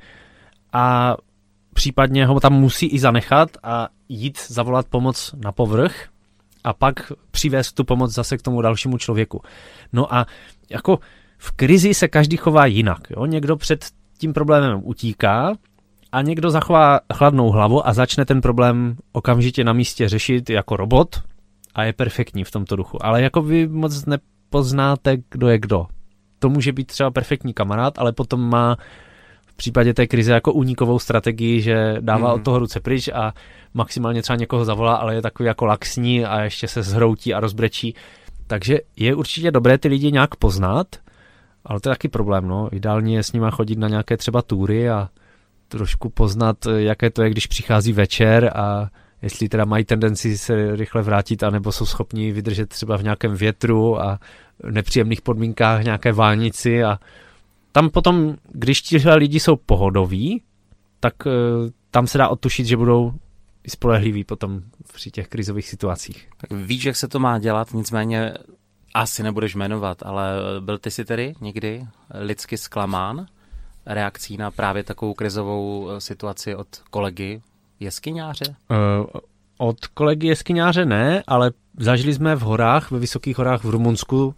a případně ho tam musí i zanechat a jít zavolat pomoc na povrch a pak přivést tu pomoc zase k tomu dalšímu člověku. No a jako v krizi se každý chová jinak. Jo? Někdo před tím problémem utíká a někdo zachová chladnou hlavu a začne ten problém okamžitě na místě řešit jako robot a je perfektní v tomto duchu. Ale jako vy moc nepoznáte, kdo je kdo. To může být třeba perfektní kamarád, ale potom má v případě té krize jako únikovou strategii, že dává mm. od toho ruce pryč a maximálně třeba někoho zavolá, ale je takový jako laxní a ještě se zhroutí a rozbrečí. Takže je určitě dobré ty lidi nějak poznat, ale to je taky problém, no. Ideálně je s nima chodit na nějaké třeba túry a trošku poznat, jaké to je, když přichází večer a jestli teda mají tendenci se rychle vrátit, anebo jsou schopni vydržet třeba v nějakém větru a nepříjemných podmínkách nějaké válnici a tam potom, když ti lidi jsou pohodoví, tak uh, tam se dá odtušit, že budou spolehliví potom při těch krizových situacích. Tak víš, jak se to má dělat, nicméně asi nebudeš jmenovat, ale byl ty si tedy někdy lidsky zklamán reakcí na právě takovou krizovou situaci od kolegy jeskyňáře? Uh, od kolegy jeskyňáře ne, ale zažili jsme v horách, ve vysokých horách v Rumunsku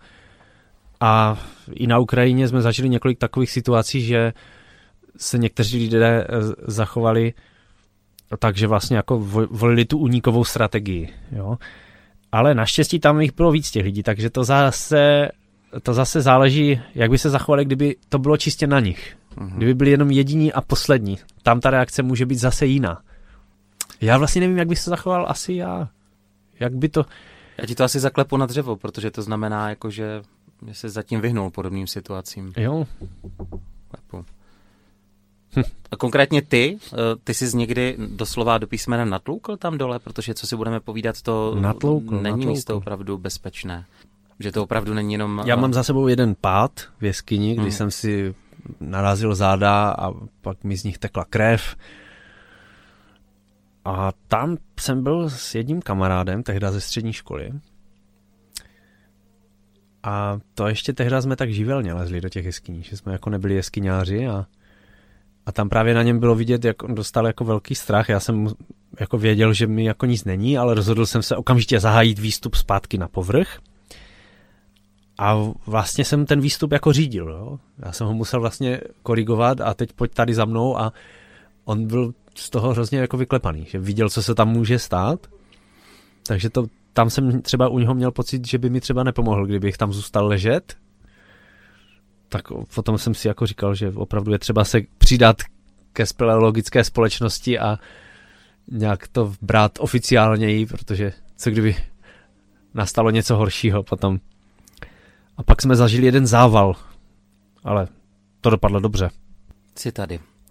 a i na Ukrajině jsme zažili několik takových situací, že se někteří lidé zachovali tak, že vlastně jako volili tu únikovou strategii. Jo? Ale naštěstí tam jich bylo víc těch lidí, takže to zase, to zase záleží, jak by se zachovali, kdyby to bylo čistě na nich. Mhm. Kdyby byli jenom jediní a poslední. Tam ta reakce může být zase jiná. Já vlastně nevím, jak by se zachoval asi já. Jak by to... Já ti to asi zaklepu na dřevo, protože to znamená, jako, že se zatím vyhnul podobným situacím. Jo. Klepu. Hm. A konkrétně ty, ty jsi někdy doslova do písmene natloukl tam dole, protože co si budeme povídat, to natloukl, není natloukl. místo opravdu bezpečné. Že to opravdu není jenom... Já mám za sebou jeden pád v jeskyni, kdy hmm. jsem si narazil záda a pak mi z nich tekla krev. A tam jsem byl s jedním kamarádem, tehda ze střední školy. A to ještě tehda jsme tak živelně lezli do těch jeskyní, že jsme jako nebyli jeskyňáři a, a tam právě na něm bylo vidět, jak on dostal jako velký strach. Já jsem jako věděl, že mi jako nic není, ale rozhodl jsem se okamžitě zahájit výstup zpátky na povrch. A vlastně jsem ten výstup jako řídil. Jo? Já jsem ho musel vlastně korigovat a teď pojď tady za mnou a on byl z toho hrozně jako vyklepaný, že viděl, co se tam může stát. Takže to, tam jsem třeba u něho měl pocit, že by mi třeba nepomohl, kdybych tam zůstal ležet. Tak potom jsem si jako říkal, že opravdu je třeba se přidat ke speleologické společnosti a nějak to brát oficiálněji, protože co kdyby nastalo něco horšího potom. A pak jsme zažili jeden zával, ale to dopadlo dobře. Jsi tady.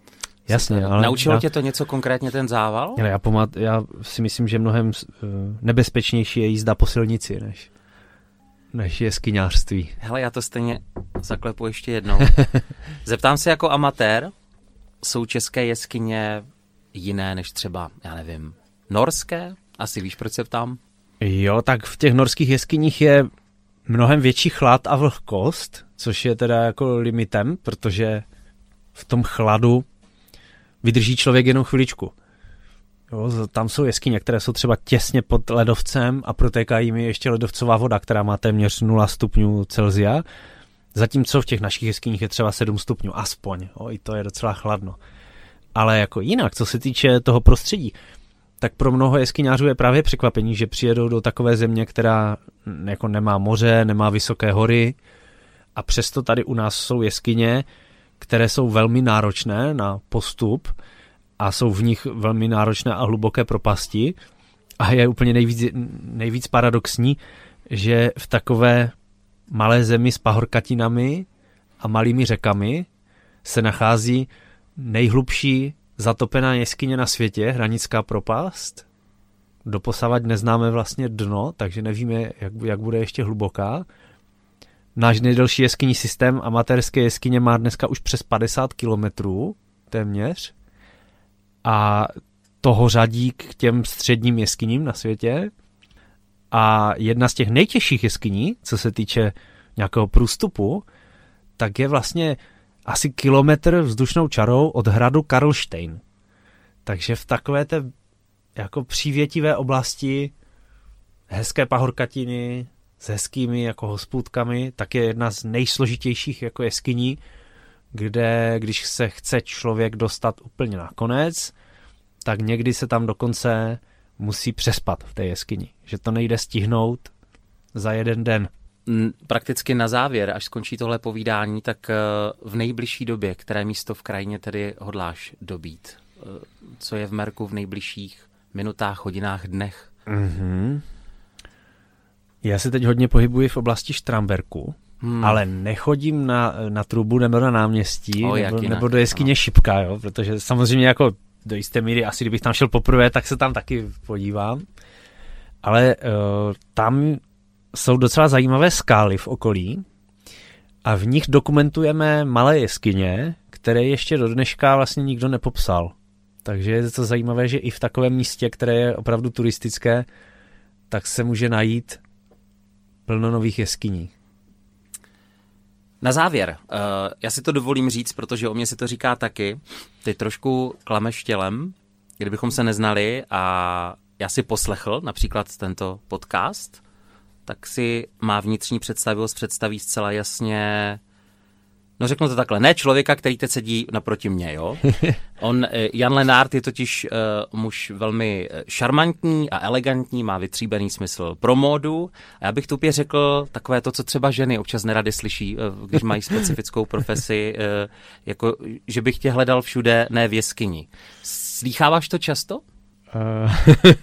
Jasně, ale... Naučilo já... tě to něco konkrétně ten zával? Já, pamat, já si myslím, že mnohem uh, nebezpečnější je jízda po silnici, než, než jeskyňářství. Hele, já to stejně zaklepu ještě jednou. Zeptám se jako amatér, jsou české jeskyně jiné než třeba, já nevím, norské? Asi víš, proč se ptám? Jo, tak v těch norských jeskyních je mnohem větší chlad a vlhkost, což je teda jako limitem, protože v tom chladu vydrží člověk jenom chviličku. Jo, tam jsou jeskyně, které jsou třeba těsně pod ledovcem a protékají mi ještě ledovcová voda, která má téměř nula stupňů Celsia, zatímco v těch našich jeskyních je třeba sedm stupňů, aspoň. Jo, i to je docela chladno. Ale jako jinak, co se týče toho prostředí, tak pro mnoho jeskyňářů je právě překvapení, že přijedou do takové země, která jako nemá moře, nemá vysoké hory a přesto tady u nás jsou jeskyně, které jsou velmi náročné na postup a jsou v nich velmi náročné a hluboké propasti a je úplně nejvíc, nejvíc paradoxní, že v takové malé zemi s pahorkatinami a malými řekami se nachází nejhlubší zatopená jeskyně na světě, Hranická propast. Doposavad neznáme vlastně dno, takže nevíme, jak, jak bude ještě hluboká. Náš nejdelší jeskyní systém amatérské jeskyně má dneska už přes padesát kilometrů téměř a toho řadí k těm středním jeskyním na světě. A jedna z těch nejtěžších jeskyní, co se týče nějakého průstupu, tak je vlastně asi kilometr vzdušnou čarou od hradu Karlštejn. Takže v takové té jako přívětivé oblasti hezké pahorkatiny s hezkými jako hospůdkami, tak je jedna z nejsložitějších jako jeskyní, kde když se chce člověk dostat úplně na konec, tak někdy se tam dokonce musí přespat v té jeskyni. Že to nejde stihnout za jeden den. Prakticky na závěr, až skončí tohle povídání, tak v nejbližší době, které místo v krajině tedy hodláš dobít? Co je v merku v nejbližších minutách, hodinách, dnech? Mm-hmm. Já se teď hodně pohybuji v oblasti Štramberku, hmm. ale nechodím na, na Trubu nebo na náměstí, o, nebo, nebo do jeskyně no. Šipka, jo? Protože samozřejmě jako do jisté míry, asi kdybych tam šel poprvé, tak se tam taky podívám. Ale uh, tam jsou docela zajímavé skály v okolí a v nich dokumentujeme malé jeskyně, které ještě do dneška vlastně nikdo nepopsal. Takže je to zajímavé, že i v takovém místě, které je opravdu turistické, tak se může najít plno nových jeskyní. Na závěr, uh, já si to dovolím říct, protože o mě si to říká taky. Ty trošku klameš tělem, kdybychom se neznali a já si poslechl například tento podcast, tak si má vnitřní představivost představí zcela jasně, no řeknu to takhle, ne člověka, který teď sedí naproti mně, jo. On, Jan Lenart je totiž uh, muž velmi šarmantní a elegantní, má vytříbený smysl pro módu a já bych tupě řekl takové to, co třeba ženy občas nerady slyší, uh, když mají specifickou profesi, uh, jako, že bych tě hledal všude, ne v jeskyni. Slýcháváš to často? Uh,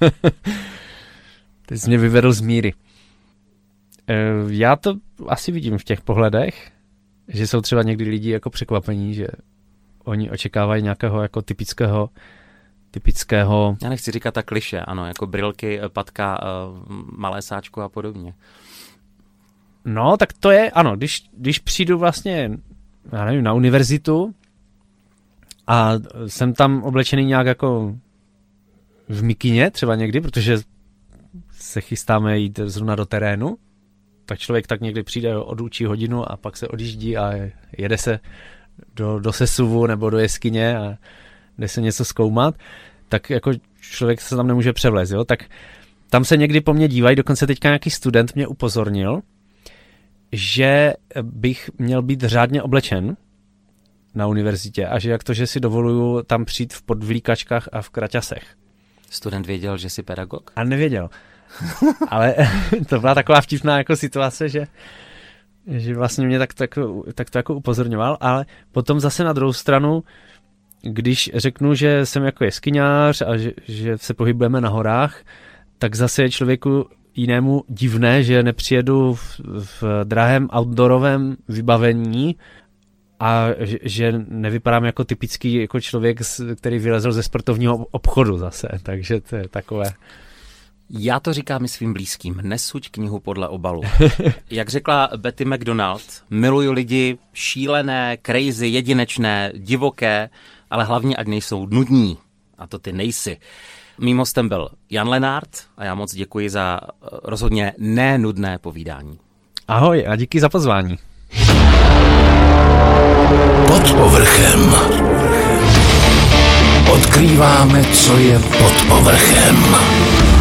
teď jsi mě vyvedl z míry. Uh, já to asi vidím v těch pohledech, že jsou třeba někdy lidi jako překvapení, že oni očekávají nějakého jako typického, typického... Já nechci říkat ta kliše, ano, jako brilky, patka, malé sáčko a podobně. No, tak to je, ano, když, když přijdu vlastně, já nevím, na univerzitu a jsem tam oblečený nějak jako v mikině třeba někdy, protože se chystáme jít zrovna do terénu, tak člověk tak někdy přijde, odučí hodinu a pak se odjíždí a jede se do, do sesuvu nebo do jeskyně a jde se něco zkoumat, tak jako člověk se tam nemůže převlézt, jo? Tak tam se někdy po mně dívají, dokonce teďka nějaký student mě upozornil, že bych měl být řádně oblečen na univerzitě a že jak to, že si dovoluju tam přijít v podvlíkačkách a v kraťasech. Student věděl, že jsi pedagog? A nevěděl. Ale to byla taková vtipná jako situace, že, že vlastně mě tak, tak, tak to jako upozorňoval, ale potom zase na druhou stranu, když řeknu, že jsem jako jeskyňář a že, že se pohybujeme na horách, tak zase je člověku jinému divné, že nepřijedu v, v drahém outdoorovém vybavení a že nevypadám jako typický jako člověk, který vylezl ze sportovního obchodu zase, takže to je takové. Já to říkám i svým blízkým, nesuď knihu podle obalu. Jak řekla Betty McDonald, miluju lidi šílené, crazy, jedinečné, divoké, ale hlavně ať nejsou nudní. A to ty nejsi. Mým hostem byl Jan Lenart a já moc děkuji za rozhodně nenudné povídání. Ahoj a díky za pozvání. Pod povrchem. Odkrýváme, co je pod povrchem.